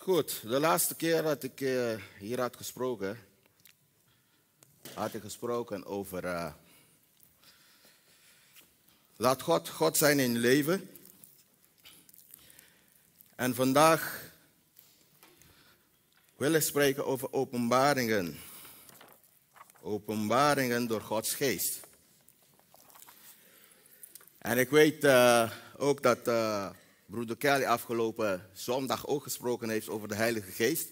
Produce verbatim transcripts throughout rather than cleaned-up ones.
Goed, de laatste keer dat ik uh, hier had gesproken, had ik gesproken over, uh, laat God God zijn in je leven. En vandaag wil ik spreken over openbaringen. Openbaringen door Gods geest. En ik weet uh, ook dat uh, broeder Kelly afgelopen zondag ook gesproken heeft over de Heilige Geest.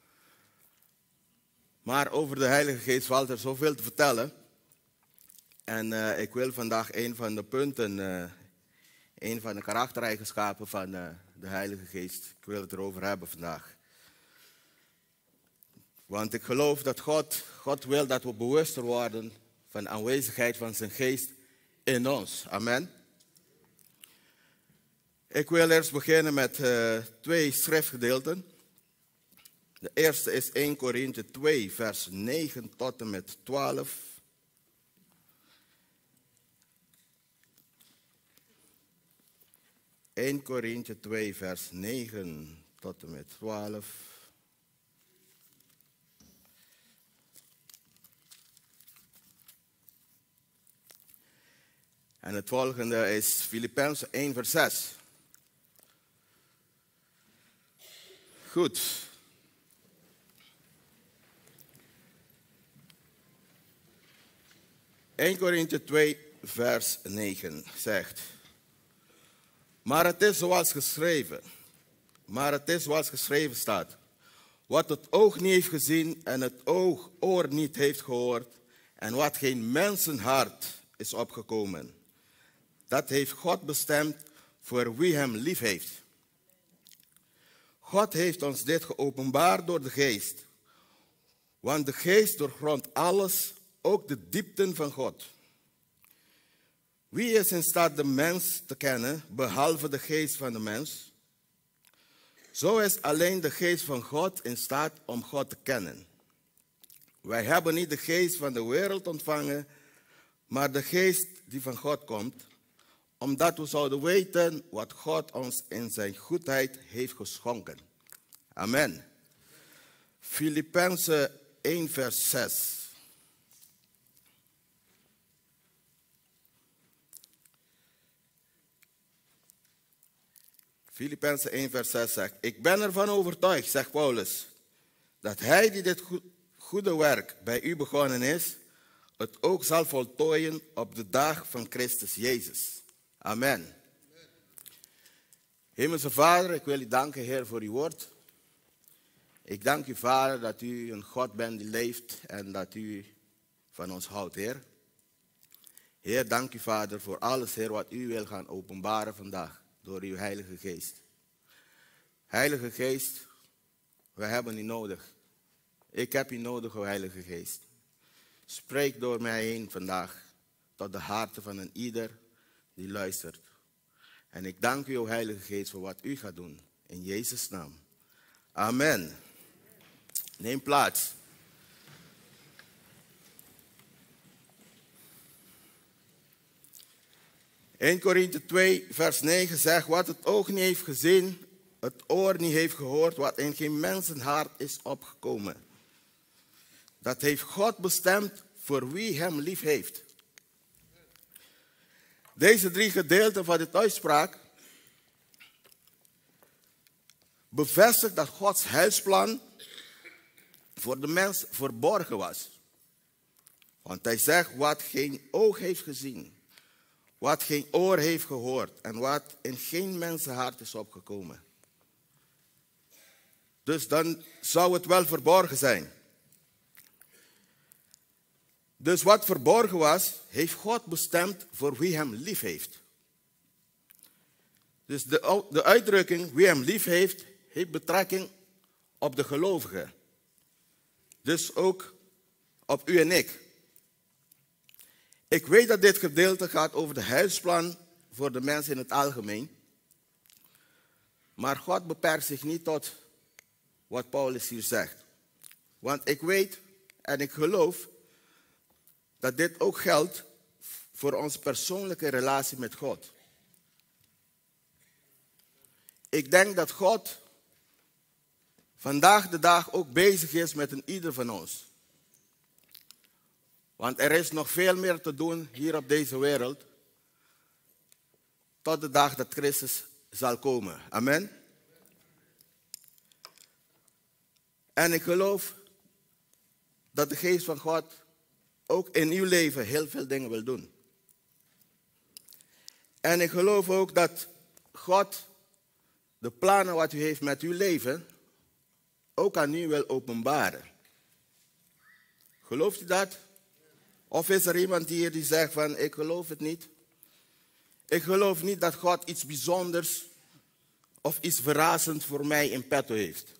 Maar over de Heilige Geest valt er zoveel te vertellen. En uh, ik wil vandaag een van de punten, uh, een van de karaktereigenschappen van uh, de Heilige Geest, ik wil het erover hebben vandaag. Want ik geloof dat God, God wil dat we bewuster worden van de aanwezigheid van zijn geest in ons. Amen. Ik wil eerst beginnen met uh, twee schriftgedeelten. De eerste is Eerste Korinthe twee, vers negen tot en met twaalf. Eerste Korinthe twee, vers negen tot en met twaalf. En het volgende is Filippenzen één, vers zes. Goed. Eerste Korinthe twee, vers negen zegt. Maar het is zoals geschreven. Maar het is zoals geschreven staat. Wat het oog niet heeft gezien en het oog, oor niet heeft gehoord. En wat geen mensenhart is opgekomen. Dat heeft God bestemd voor wie hem lief heeft. God heeft ons dit geopenbaard door de geest. Want de geest doorgrondt alles, ook de diepten van God. Wie is in staat de mens te kennen, behalve de geest van de mens? Zo is alleen de geest van God in staat om God te kennen. Wij hebben niet de geest van de wereld ontvangen, maar de geest die van God komt, omdat we zouden weten wat God ons in zijn goedheid heeft geschonken. Amen. Filippenzen één, vers zes. Filippenzen één, vers zes zegt. Ik ben ervan overtuigd, zegt Paulus, dat hij die dit goede werk bij u begonnen is, het ook zal voltooien op de dag van Christus Jezus. Amen. Hemelse Vader, ik wil u danken, Heer, voor uw woord. Ik dank u, Vader, dat u een God bent die leeft en dat u van ons houdt, Heer. Heer, dank u, Vader, voor alles, Heer, wat u wil gaan openbaren vandaag door uw Heilige Geest. Heilige Geest, wij hebben u nodig. Ik heb u nodig, o Heilige Geest. Spreek door mij heen vandaag tot de harten van een ieder die luistert. En ik dank u, o Heilige Geest, voor wat u gaat doen. In Jezus' naam. Amen. Neem plaats. Eerste Korinthe twee, vers negen zegt, wat het oog niet heeft gezien, het oor niet heeft gehoord, wat in geen mensenhart is opgekomen. Dat heeft God bestemd voor wie hem lief heeft. Deze drie gedeelten van dit uitspraak bevestigt dat Gods heilsplan voor de mens verborgen was. Want hij zegt wat geen oog heeft gezien, wat geen oor heeft gehoord en wat in geen mensenhart is opgekomen. Dus dan zou het wel verborgen zijn. Dus wat verborgen was, heeft God bestemd voor wie hem lief heeft. Dus de, de uitdrukking wie hem lief heeft, heeft betrekking op de gelovigen. Dus ook op u en ik. Ik weet dat dit gedeelte gaat over de heilsplan voor de mensen in het algemeen. Maar God beperkt zich niet tot wat Paulus hier zegt. Want ik weet en ik geloof dat dit ook geldt voor onze persoonlijke relatie met God. Ik denk dat God vandaag de dag ook bezig is met een ieder van ons. Want er is nog veel meer te doen hier op deze wereld, tot de dag dat Christus zal komen. Amen. En ik geloof dat de geest van God ook in uw leven heel veel dingen wil doen. En ik geloof ook dat God de plannen wat u heeft met uw leven ook aan u wil openbaren. Gelooft u dat? Of is er iemand hier die zegt van, ik geloof het niet? Ik geloof niet dat God iets bijzonders of iets verrassends voor mij in petto heeft.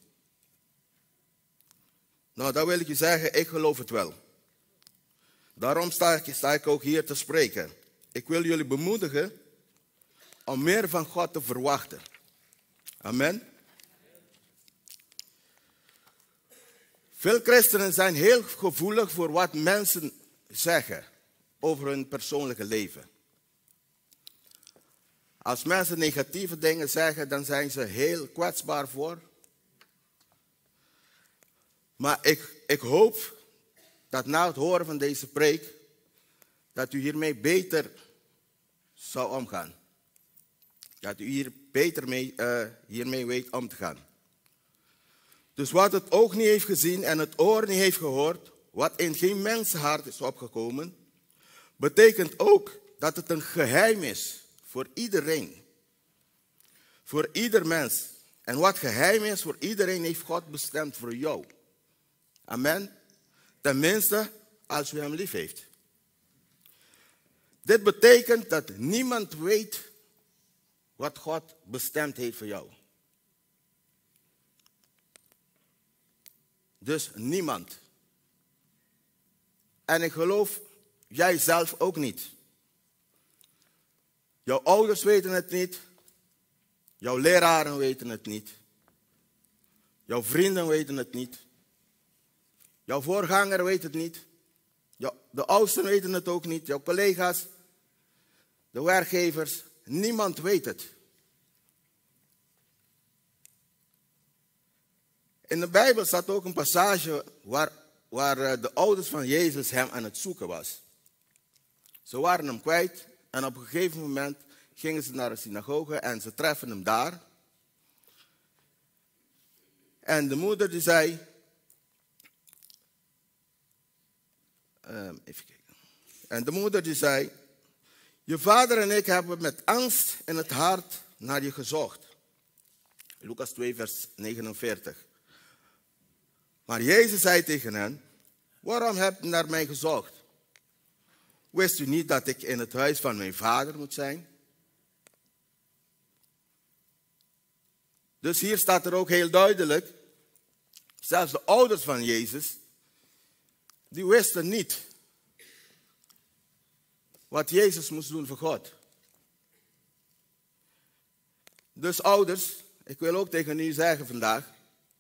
Nou, dan wil ik u zeggen, ik geloof het wel. Daarom sta ik, sta ik ook hier te spreken. Ik wil jullie bemoedigen om meer van God te verwachten. Amen. Veel christenen zijn heel gevoelig voor wat mensen zeggen over hun persoonlijke leven. Als mensen negatieve dingen zeggen, dan zijn ze heel kwetsbaar voor. Maar ik, ik hoop dat na het horen van deze preek, dat u hiermee beter zou omgaan. Dat u hier beter mee, uh, hiermee weet om te gaan. Dus wat het oog niet heeft gezien en het oor niet heeft gehoord, wat in geen mensenhart is opgekomen, betekent ook dat het een geheim is voor iedereen. Voor ieder mens. En wat geheim is voor iedereen heeft God bestemd voor jou. Amen. Tenminste, als u hem lief heeft. Dit betekent dat niemand weet wat God bestemd heeft voor jou. Dus niemand. En ik geloof, jij zelf ook niet. Jouw ouders weten het niet. Jouw leraren weten het niet. Jouw vrienden weten het niet. Jouw voorganger weet het niet. De oudsten weten het ook niet. Jouw collega's, de werkgevers, niemand weet het. In de Bijbel staat ook een passage waar, waar de ouders van Jezus hem aan het zoeken was. Ze waren hem kwijt en op een gegeven moment gingen ze naar de synagoge en ze treffen hem daar. En de moeder die zei, um, even kijken. En de moeder die zei, je vader en ik hebben met angst in het hart naar je gezocht. Lucas twee vers negenenveertig. Maar Jezus zei tegen hen, waarom hebt u naar mij gezocht? Wist u niet dat ik in het huis van mijn vader moet zijn? Dus hier staat er ook heel duidelijk, zelfs de ouders van Jezus, die wisten niet wat Jezus moest doen voor God. Dus ouders, ik wil ook tegen u zeggen vandaag,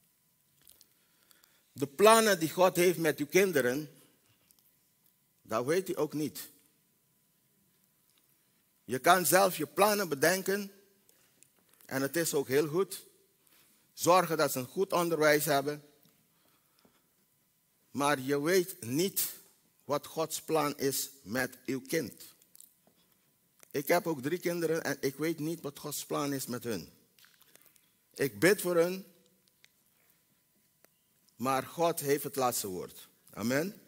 de plannen die God heeft met uw kinderen, dat weet u ook niet. Je kan zelf je plannen bedenken en het is ook heel goed. Zorgen dat ze een goed onderwijs hebben. Maar je weet niet wat Gods plan is met uw kind. Ik heb ook drie kinderen en ik weet niet wat Gods plan is met hun. Ik bid voor hun, maar God heeft het laatste woord. Amen.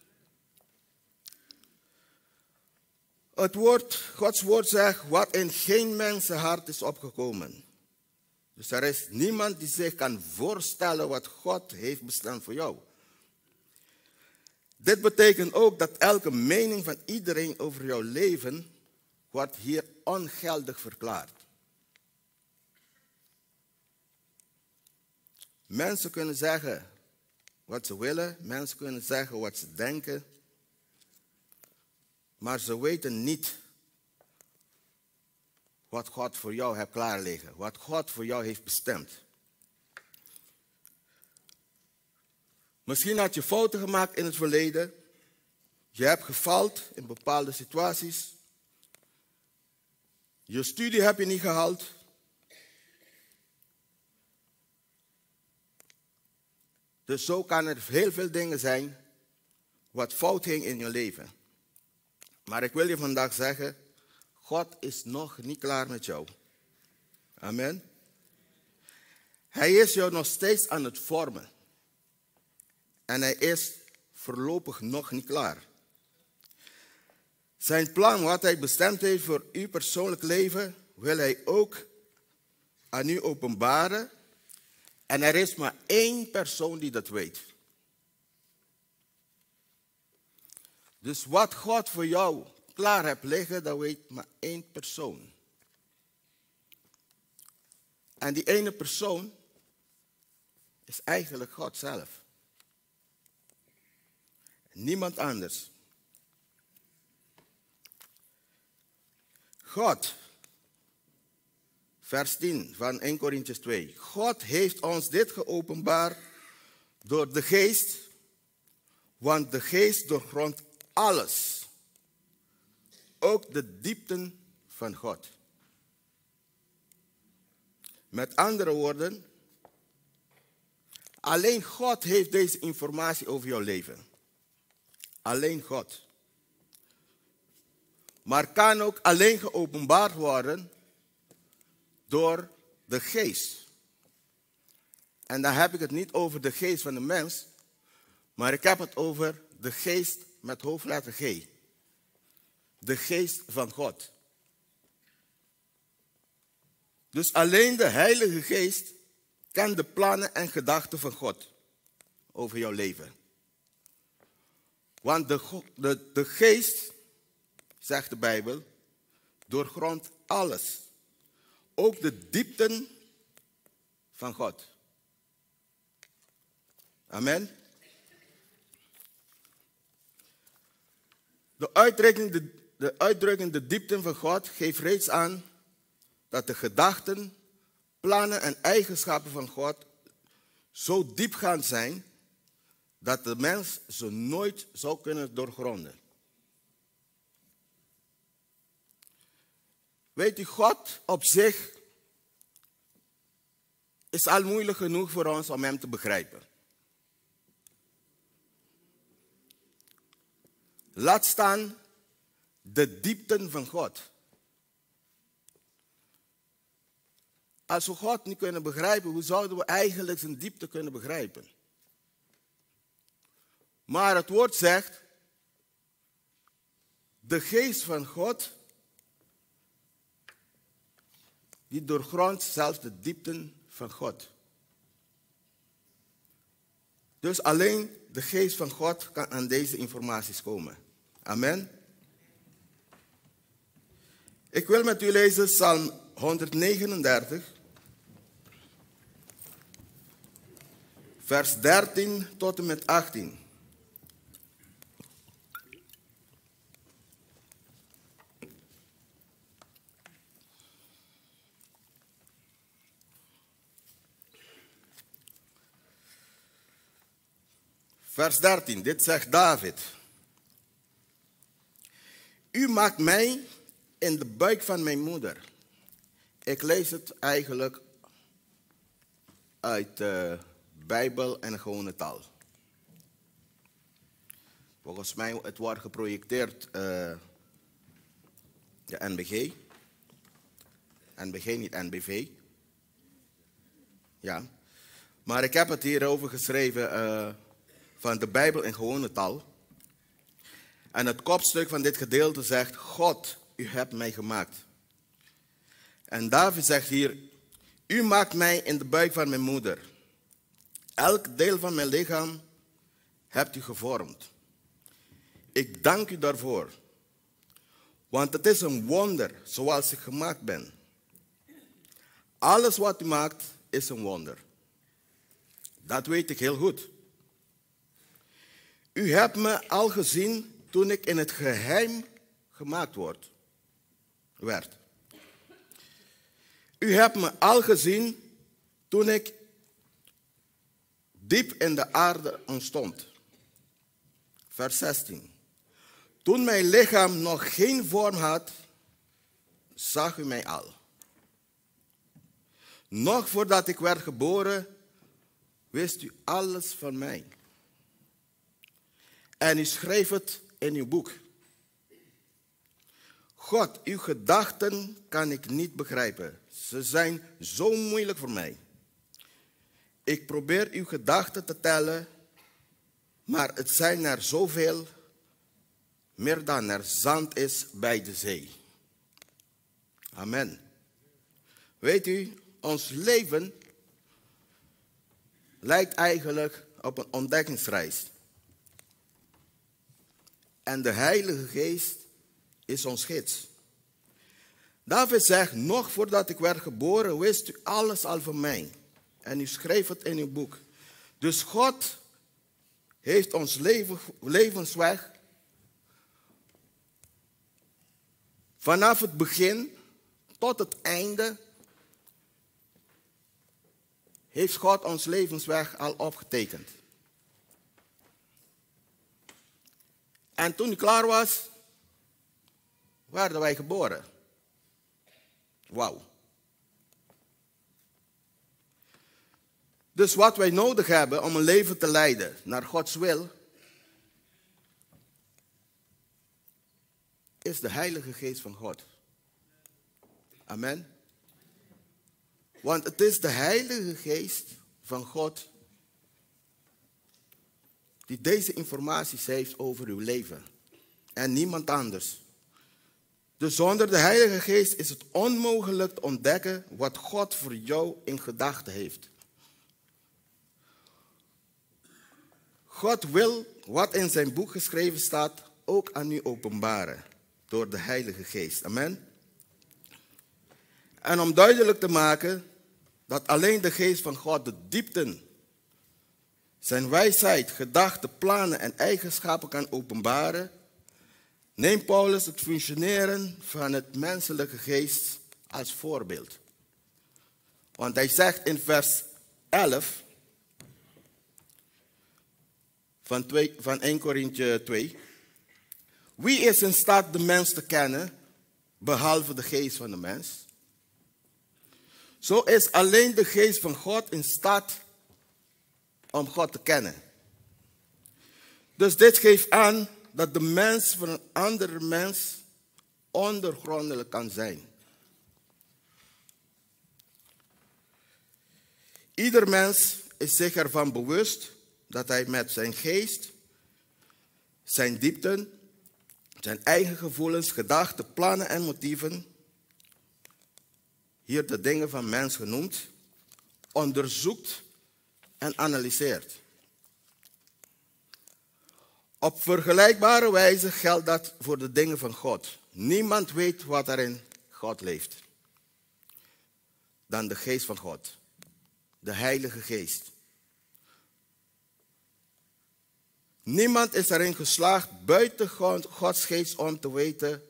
Het woord, Gods woord zegt, wat in geen mensenhart is opgekomen. Dus er is niemand die zich kan voorstellen wat God heeft bestemd voor jou. Dit betekent ook dat elke mening van iedereen over jouw leven wordt hier ongeldig verklaard. Mensen kunnen zeggen wat ze willen, mensen kunnen zeggen wat ze denken, maar ze weten niet wat God voor jou heeft klaarliggen, wat God voor jou heeft bestemd. Misschien had je fouten gemaakt in het verleden. Je hebt gefaald in bepaalde situaties. Je studie heb je niet gehaald. Dus zo kan er heel veel dingen zijn wat fout ging in je leven. Maar ik wil je vandaag zeggen, God is nog niet klaar met jou. Amen. Hij is jou nog steeds aan het vormen. En hij is voorlopig nog niet klaar. Zijn plan, wat hij bestemd heeft voor uw persoonlijk leven, wil hij ook aan u openbaren. En er is maar één persoon die dat weet. Dus wat God voor jou klaar hebt liggen, dat weet maar één persoon. En die ene persoon is eigenlijk God zelf. Niemand anders. God, vers tien van Eerste Korintiërs twee. God heeft ons dit geopenbaard door de geest, want de geest doorgrondt alles. Ook de diepten van God. Met andere woorden, alleen God heeft deze informatie over jouw leven. Alleen God. Maar kan ook alleen geopenbaard worden door de geest. En dan heb ik het niet over de geest van de mens, maar ik heb het over de geest met hoofdletter G. De geest van God. Dus alleen de Heilige Geest kent de plannen en gedachten van God over jouw leven. Want de, de, de geest, zegt de Bijbel, doorgrondt alles. Ook de diepten van God. Amen. De uitdrukking de, de uitdrukking de diepten van God geeft reeds aan dat de gedachten, plannen en eigenschappen van God zo diepgaand zijn dat de mens ze nooit zou kunnen doorgronden. Weet u, God op zich is al moeilijk genoeg voor ons om hem te begrijpen. Laat staan de diepten van God. Als we God niet kunnen begrijpen, hoe zouden we eigenlijk zijn diepte kunnen begrijpen? Maar het woord zegt, de geest van God, die doorgrondt zelfs de diepten van God. Dus alleen de geest van God kan aan deze informaties komen. Amen. Ik wil met u lezen Psalm honderdnegenendertig. Vers dertien tot en met achttien. Vers dertien, dit zegt David. U maakt mij in de buik van mijn moeder. Ik lees het eigenlijk uit de Bijbel en gewone taal. Volgens mij het wordt geprojecteerd uh, de N B G. N B G, niet N B V. Ja. Maar ik heb het hierover geschreven uh, van de Bijbel in gewone taal. En het kopstuk van dit gedeelte zegt, God, u hebt mij gemaakt. En David zegt hier, u maakt mij in de buik van mijn moeder. Elk deel van mijn lichaam hebt u gevormd. Ik dank u daarvoor. Want het is een wonder zoals ik gemaakt ben. Alles wat u maakt is een wonder. Dat weet ik heel goed. U hebt me al gezien toen ik in het geheim gemaakt word, werd. U hebt me al gezien toen ik diep in de aarde ontstond. Vers zestien. Toen mijn lichaam nog geen vorm had, zag u mij al. Nog voordat ik werd geboren, wist u alles van mij. En u schreef het in uw boek. God, uw gedachten kan ik niet begrijpen. Ze zijn zo moeilijk voor mij. Ik probeer uw gedachten te tellen, maar het zijn er zoveel, meer dan er zand is bij de zee. Amen. Weet u, ons leven lijkt eigenlijk op een ontdekkingsreis. En de Heilige Geest is ons gids. David zegt, nog voordat ik werd geboren, wist u alles al van mij. En u schreef het in uw boek. Dus God heeft ons leven, levensweg vanaf het begin tot het einde, heeft God ons levensweg al opgetekend. En toen hij klaar was, werden wij geboren. Wauw. Dus wat wij nodig hebben om een leven te leiden naar Gods wil, is de Heilige Geest van God. Amen. Want het is de Heilige Geest van God die deze informaties heeft over uw leven. En niemand anders. Dus zonder de Heilige Geest is het onmogelijk te ontdekken wat God voor jou in gedachten heeft. God wil wat in zijn boek geschreven staat ook aan u openbaren door de Heilige Geest. Amen. En om duidelijk te maken dat alleen de Geest van God de diepten, zijn wijsheid, gedachten, plannen en eigenschappen kan openbaren, neemt Paulus het functioneren van het menselijke geest als voorbeeld. Want hij zegt in vers elf van, twee, van Eerste Korinthe twee. Wie is in staat de mens te kennen, behalve de geest van de mens? Zo is alleen de geest van God in staat om God te kennen. Dus dit geeft aan dat de mens van een andere mens ondergrondelijk kan zijn. Ieder mens is zich ervan bewust dat hij met zijn geest, zijn diepten, zijn eigen gevoelens, gedachten, plannen en motieven, hier de dingen van mens genoemd, onderzoekt en analyseert. Op vergelijkbare wijze geldt dat voor de dingen van God. Niemand weet wat er in God leeft dan de geest van God, de Heilige Geest. Niemand is erin geslaagd buiten Gods geest om te weten,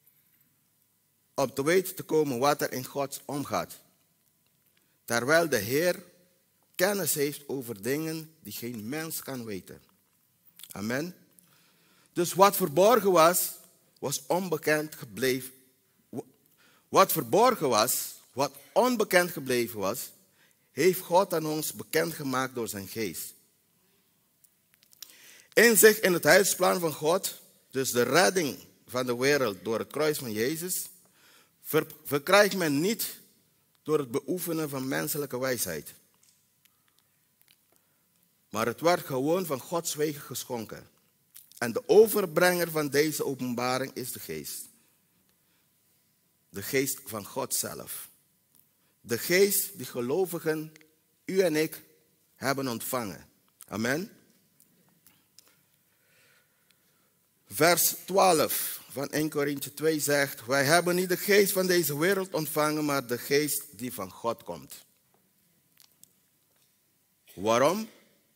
om te weten te komen wat er in God omgaat. Terwijl de Heer kennis heeft over dingen die geen mens kan weten. Amen. Dus wat verborgen was, was onbekend gebleven. Wat verborgen was, wat onbekend gebleven was, heeft God aan ons bekendgemaakt door zijn geest. Inzicht in het heilsplan van God, dus de redding van de wereld door het kruis van Jezus, ver, verkrijgt men niet door het beoefenen van menselijke wijsheid. Maar het werd gewoon van Gods wegen geschonken. En de overbrenger van deze openbaring is de geest. De geest van God zelf. De geest die gelovigen, u en ik, hebben ontvangen. Amen. Vers twaalf van Eerste Korinthe twee zegt, wij hebben niet de geest van deze wereld ontvangen, maar de geest die van God komt. Waarom?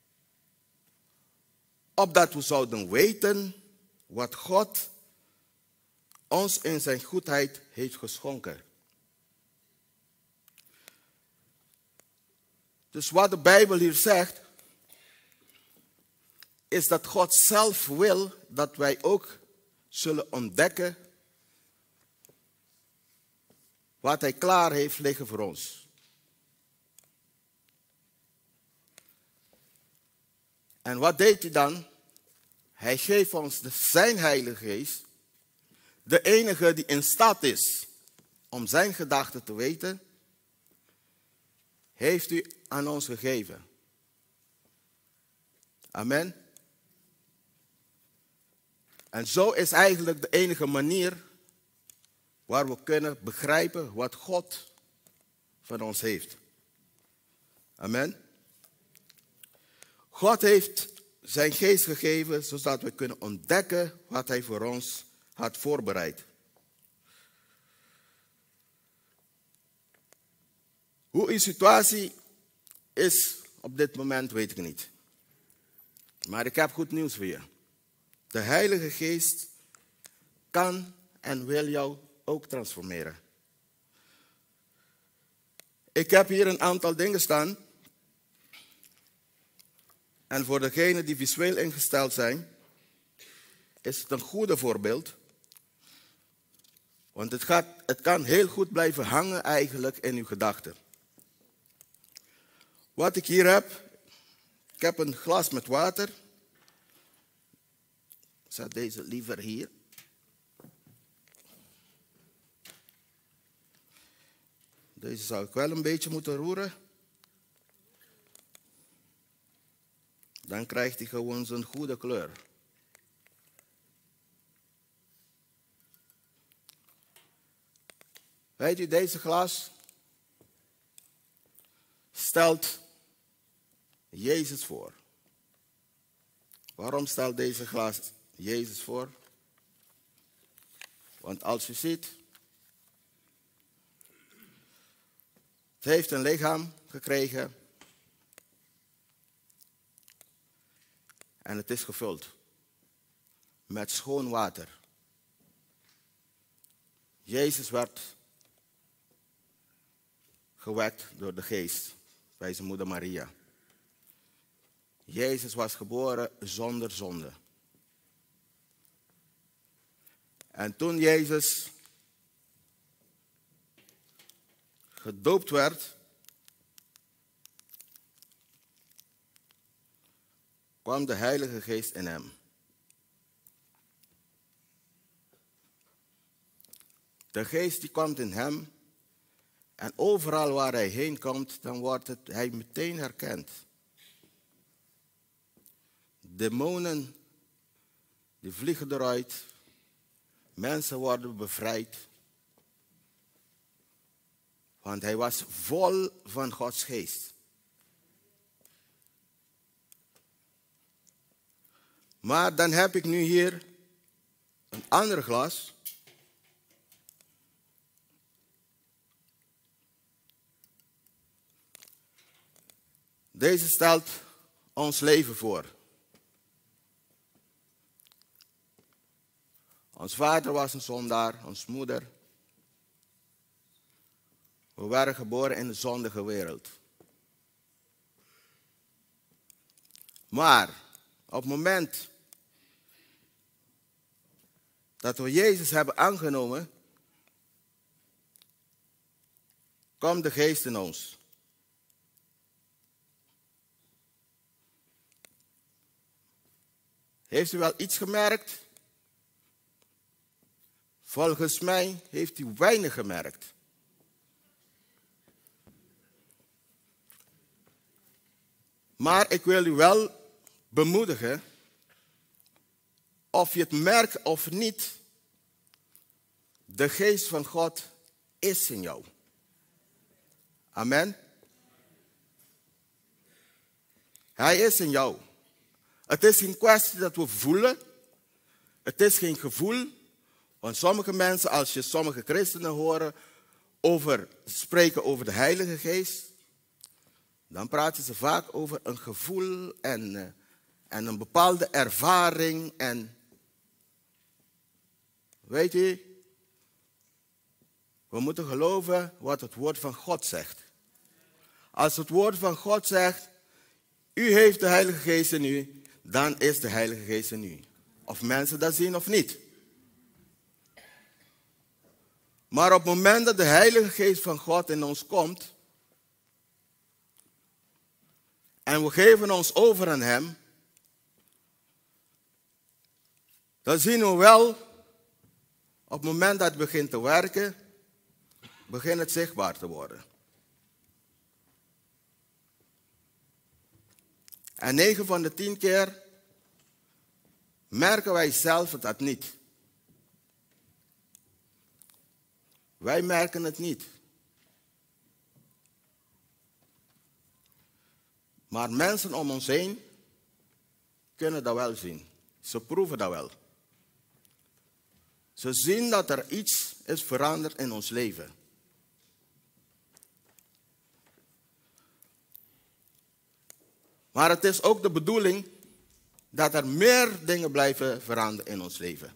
Opdat we zouden weten wat God ons in zijn goedheid heeft geschonken. Dus wat de Bijbel hier zegt, is dat God zelf wil dat wij ook zullen ontdekken wat hij klaar heeft liggen voor ons. En wat deed hij dan? Hij geeft ons de, zijn Heilige Geest, de enige die in staat is om zijn gedachten te weten, heeft u aan ons gegeven. Amen. En zo is eigenlijk de enige manier waar we kunnen begrijpen wat God van ons heeft. Amen. God heeft zijn geest gegeven zodat we kunnen ontdekken wat hij voor ons had voorbereid. Hoe uw situatie is op dit moment weet ik niet. Maar ik heb goed nieuws voor je. De Heilige Geest kan en wil jou ook transformeren. Ik heb hier een aantal dingen staan. En voor degenen die visueel ingesteld zijn, is het een goede voorbeeld. Want het, gaat, het kan heel goed blijven hangen eigenlijk in uw gedachten. Wat ik hier heb, ik heb een glas met water. Ik zet deze liever hier. Deze zou ik wel een beetje moeten roeren. Dan krijgt hij gewoon zijn goede kleur. Weet u, deze glas stelt Jezus voor. Waarom stelt deze glas Jezus voor? Want als u ziet, het heeft een lichaam gekregen en het is gevuld met schoon water. Jezus werd gewekt door de geest bij zijn moeder Maria. Jezus was geboren zonder zonde. En toen Jezus gedoopt werd, kwam de Heilige Geest in hem. De Geest die komt in hem en overal waar hij heen komt, dan wordt het, hij meteen herkend. Demonen, die vliegen eruit. Mensen worden bevrijd. Want hij was vol van Gods geest. Maar dan heb ik nu hier een ander glas. Deze stelt ons leven voor. Ons vader was een zondaar, ons moeder. We waren geboren in de zondige wereld. Maar op het moment dat we Jezus hebben aangenomen, komt de Geest in ons. Heeft u wel iets gemerkt? Volgens mij heeft u weinig gemerkt. Maar ik wil u wel bemoedigen, of je het merkt of niet, de geest van God is in jou. Amen. Hij is in jou. Het is geen kwestie dat we voelen. Het is geen gevoel. Want sommige mensen, als je sommige christenen horen over, spreken over de Heilige Geest, dan praten ze vaak over een gevoel en, en een bepaalde ervaring. En weet u, we moeten geloven wat het woord van God zegt. Als het woord van God zegt, u heeft de Heilige Geest in u, dan is de Heilige Geest in u. Of mensen dat zien of niet. Maar op het moment dat de Heilige Geest van God in ons komt, en we geven ons over aan Hem, Dan zien we wel, op het moment dat het begint te werken, begint het zichtbaar te worden. En negen van de tien keer merken wij zelf dat niet. Wij merken het niet. Maar mensen om ons heen kunnen dat wel zien. Ze proeven dat wel. Ze zien dat er iets is veranderd in ons leven. Maar het is ook de bedoeling dat er meer dingen blijven veranderen in ons leven.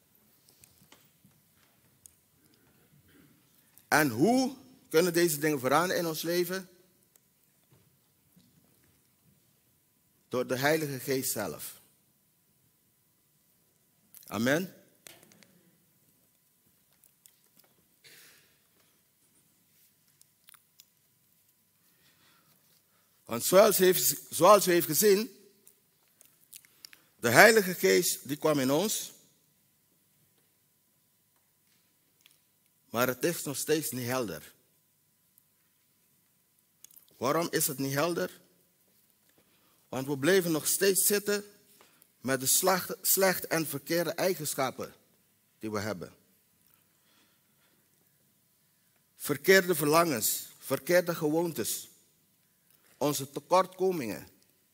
En hoe kunnen deze dingen veranderen in ons leven? Door de Heilige Geest zelf. Amen. Want zoals, heeft, zoals u heeft gezien, de Heilige Geest die kwam in ons, maar het is nog steeds niet helder. Waarom is het niet helder? Want we blijven nog steeds zitten met de slechte en verkeerde eigenschappen die we hebben. Verkeerde verlangens, verkeerde gewoontes, onze tekortkomingen.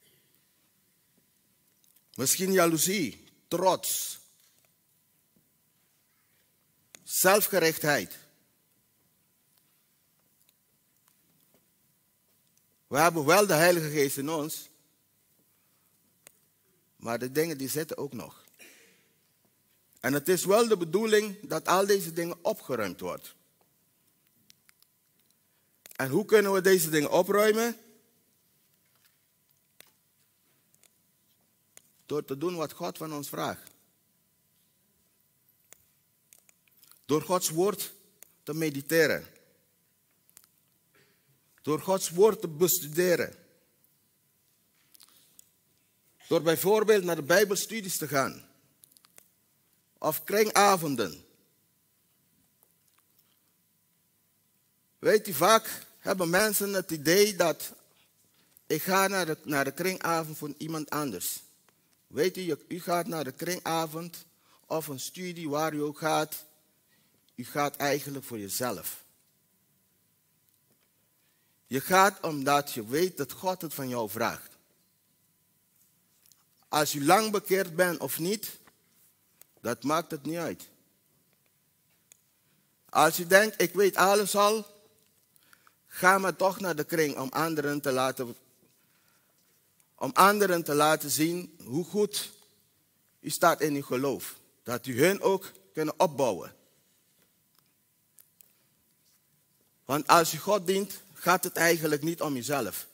Misschien jaloezie, trots, zelfgerichtheid. We hebben wel de Heilige Geest in ons, maar de dingen die zitten ook nog. En het is wel de bedoeling dat al deze dingen opgeruimd worden. En hoe kunnen we deze dingen opruimen? Door te doen wat God van ons vraagt. Door Gods woord te mediteren. Door Gods woord te bestuderen. Door bijvoorbeeld naar de Bijbelstudies te gaan. Of kringavonden. Weet u, vaak hebben mensen het idee dat ik ga naar de, naar de kringavond van iemand anders. Weet u, u gaat naar de kringavond of een studie waar u ook gaat. U gaat eigenlijk voor jezelf. Je gaat omdat je weet dat God het van jou vraagt. Als u lang bekeerd bent of niet, dat maakt het niet uit. Als u denkt, ik weet alles al, ga maar toch naar de kring om anderen te laten, om anderen te laten zien hoe goed u staat in uw geloof. Dat u hun ook kunnen opbouwen. Want als u God dient, gaat het eigenlijk niet om jezelf.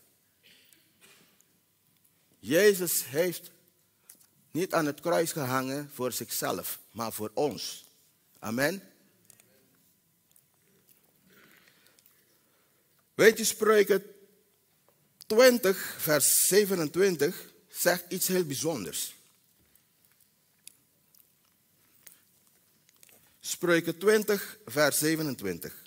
Jezus heeft niet aan het kruis gehangen voor zichzelf, maar voor ons. Amen. Weet je, Spreuken twintig, vers zevenentwintig, zegt iets heel bijzonders. Spreuken twintig, vers zevenentwintig.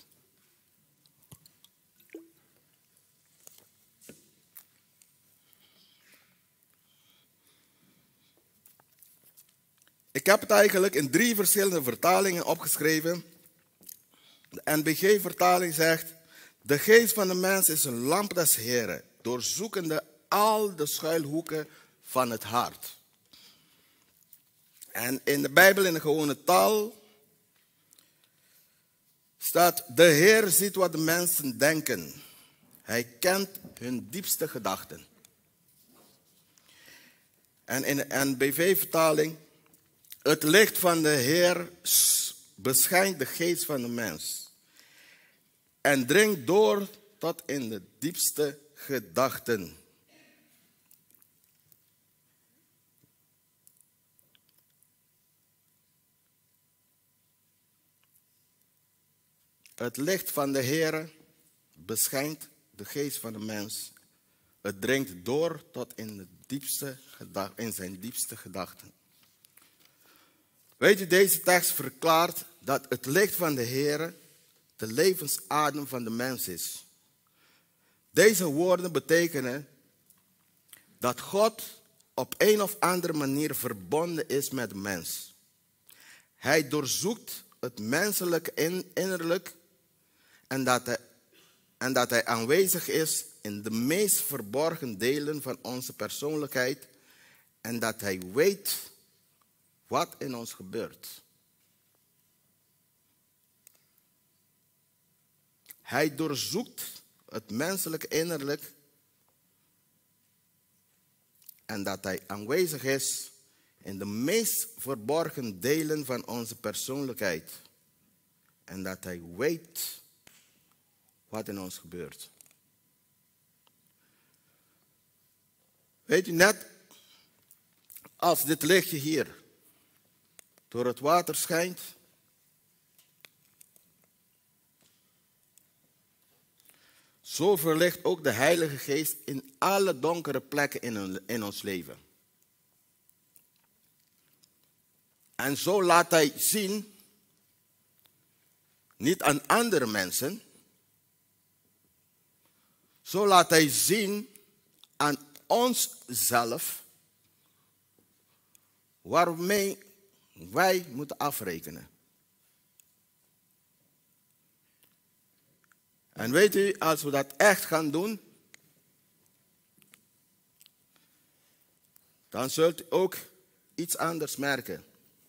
Ik heb het eigenlijk in drie verschillende vertalingen opgeschreven. De N B G-vertaling zegt: de geest van de mens is een lamp des Heren, doorzoekende al de schuilhoeken van het hart. En in de Bijbel, in de gewone taal, staat: de Heer ziet wat de mensen denken. Hij kent hun diepste gedachten. En in de N B V-vertaling: het licht van de Heer beschijnt de geest van de mens en dringt door tot in de diepste gedachten. Het licht van de Heer beschijnt de geest van de mens. Het dringt door tot in, de diepste, in zijn diepste gedachten. Weet u, deze tekst verklaart dat het licht van de Heer de levensadem van de mens is. Deze woorden betekenen dat God op een of andere manier verbonden is met de mens. Hij doorzoekt het menselijke innerlijk en dat hij, en dat hij aanwezig is in de meest verborgen delen van onze persoonlijkheid en dat hij weet wat in ons gebeurt. Hij doorzoekt het menselijke innerlijk en dat hij aanwezig is in de meest verborgen delen van onze persoonlijkheid en dat hij weet wat in ons gebeurt. Weet u, net als dit lichtje hier door het water schijnt, zo verlicht ook de Heilige Geest in alle donkere plekken in, in ons leven. En zo laat hij zien, niet aan andere mensen, zo laat hij zien aan onszelf waarmee wij moeten afrekenen. En weet u, als we dat echt gaan doen, dan zult u ook iets anders merken.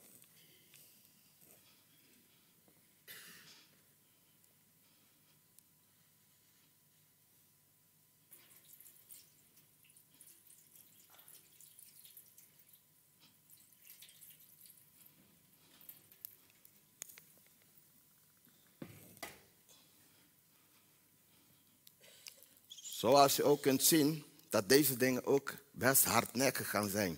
Zoals je ook kunt zien, dat deze dingen ook best hardnekkig gaan zijn.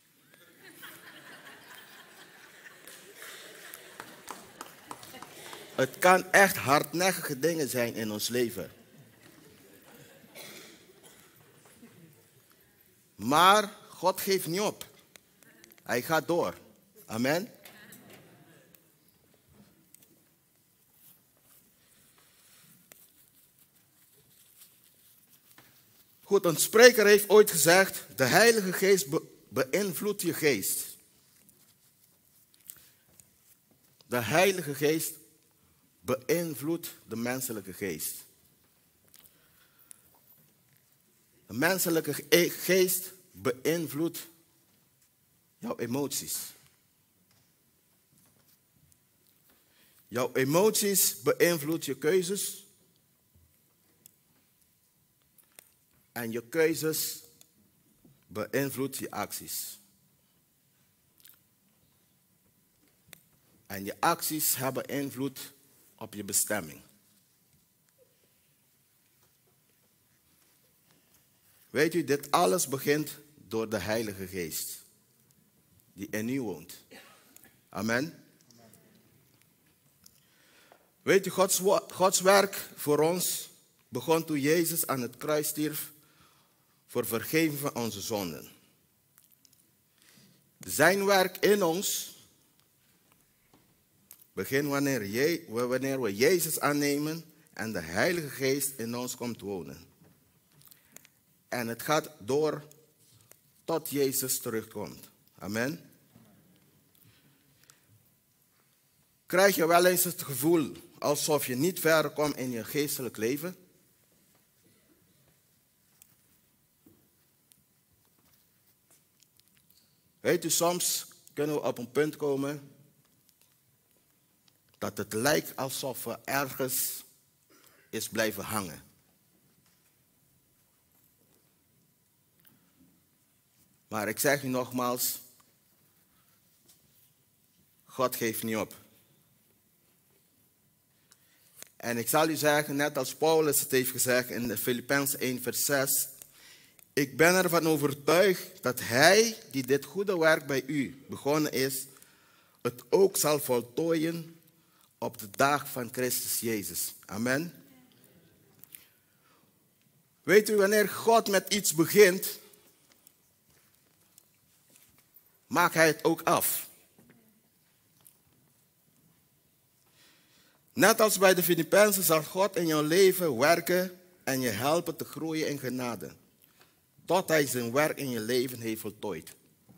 Het kan echt hardnekkige dingen zijn in ons leven. Maar God geeft niet op. Hij gaat door. Amen. Goed, een spreker heeft ooit gezegd, de Heilige Geest be- beïnvloedt je geest. De Heilige Geest beïnvloedt de menselijke geest. De menselijke geest beïnvloedt jouw emoties. Jouw emoties beïnvloedt je keuzes. En je keuzes beïnvloedt je acties. En je acties hebben invloed op je bestemming. Weet u, dit alles begint door de Heilige Geest, die in u woont. Amen. Weet u, Gods, Gods werk voor ons begon toen Jezus aan het kruis stierf voor vergeving van onze zonden. Zijn werk in ons begint wanneer, je, wanneer we Jezus aannemen en de Heilige Geest in ons komt wonen. En het gaat door tot Jezus terugkomt. Amen. Krijg je wel eens het gevoel alsof je niet verder komt in je geestelijk leven? Weet u, soms kunnen we op een punt komen dat het lijkt alsof we ergens is blijven hangen. Maar ik zeg u nogmaals, God geeft niet op. En ik zal u zeggen, net als Paulus het heeft gezegd in de Filippenzen één vers zes, ik ben ervan overtuigd dat hij die dit goede werk bij u begonnen is, het ook zal voltooien op de dag van Christus Jezus. Amen. Weet u, wanneer God met iets begint, maakt hij het ook af. Net als bij de Filippenzen zal God in jouw leven werken en je helpen te groeien in genade. Tot hij zijn werk in je leven heeft voltooid.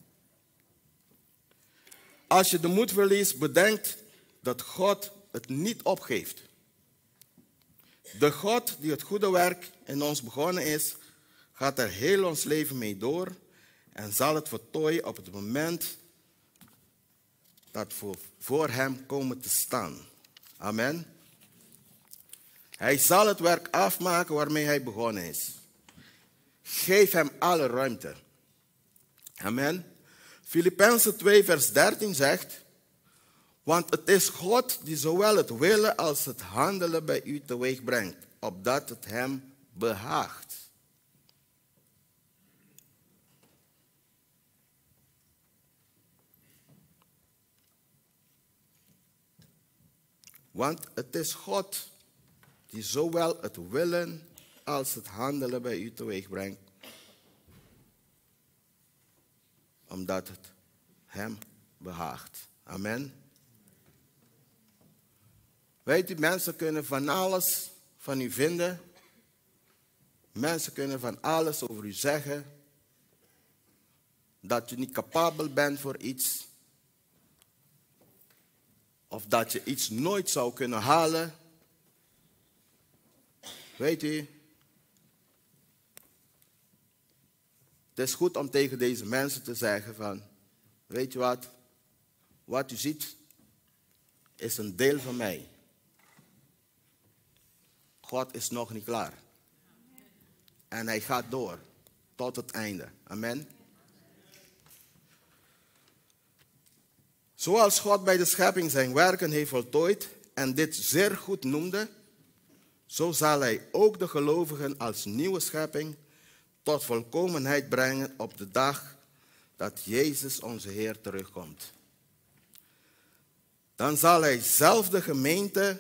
Als je de moed verliest, bedenk dat God het niet opgeeft. De God die het goede werk in ons begonnen is, gaat er heel ons leven mee door en zal het voltooien op het moment dat we voor hem komen te staan. Amen. Hij zal het werk afmaken waarmee hij begonnen is. Geef hem alle ruimte. Amen. Filippenzen twee vers dertien zegt, want het is God die zowel het willen als het handelen bij u teweeg brengt, opdat het hem behaagt. Want het is God die zowel het willen als het handelen bij u teweeg brengt, omdat het hem behaagt. Amen. Weet u, mensen kunnen van alles van u vinden. Mensen kunnen van alles over u zeggen. Dat je niet capabel bent voor iets. Of dat je iets nooit zou kunnen halen. Weet u, het is goed om tegen deze mensen te zeggen van, weet je wat, wat u ziet is een deel van mij. God is nog niet klaar. En hij gaat door tot het einde. Amen. Zoals God bij de schepping zijn werken heeft voltooid en dit zeer goed noemde, zo zal hij ook de gelovigen als nieuwe schepping tot volkomenheid brengen op de dag dat Jezus onze Heer terugkomt. Dan zal hij zelf de gemeente,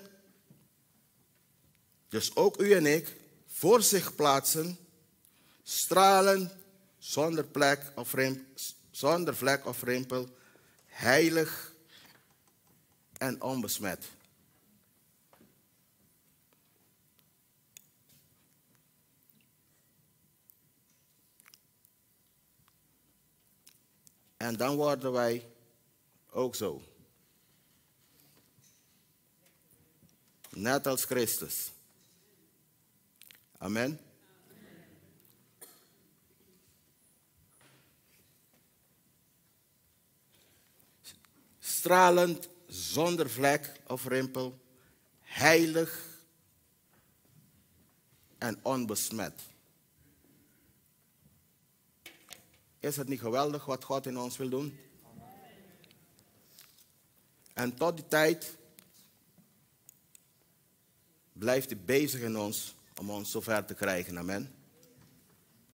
dus ook u en ik, voor zich plaatsen, stralend, zonder plek of rimpel, zonder vlek of rimpel, heilig en onbesmet. En dan worden wij ook zo. Net als Christus. Amen. Stralend, zonder vlek of rimpel, heilig en onbesmet. Is het niet geweldig wat God in ons wil doen? En tot die tijd blijft hij bezig in ons om ons zover te krijgen. Amen.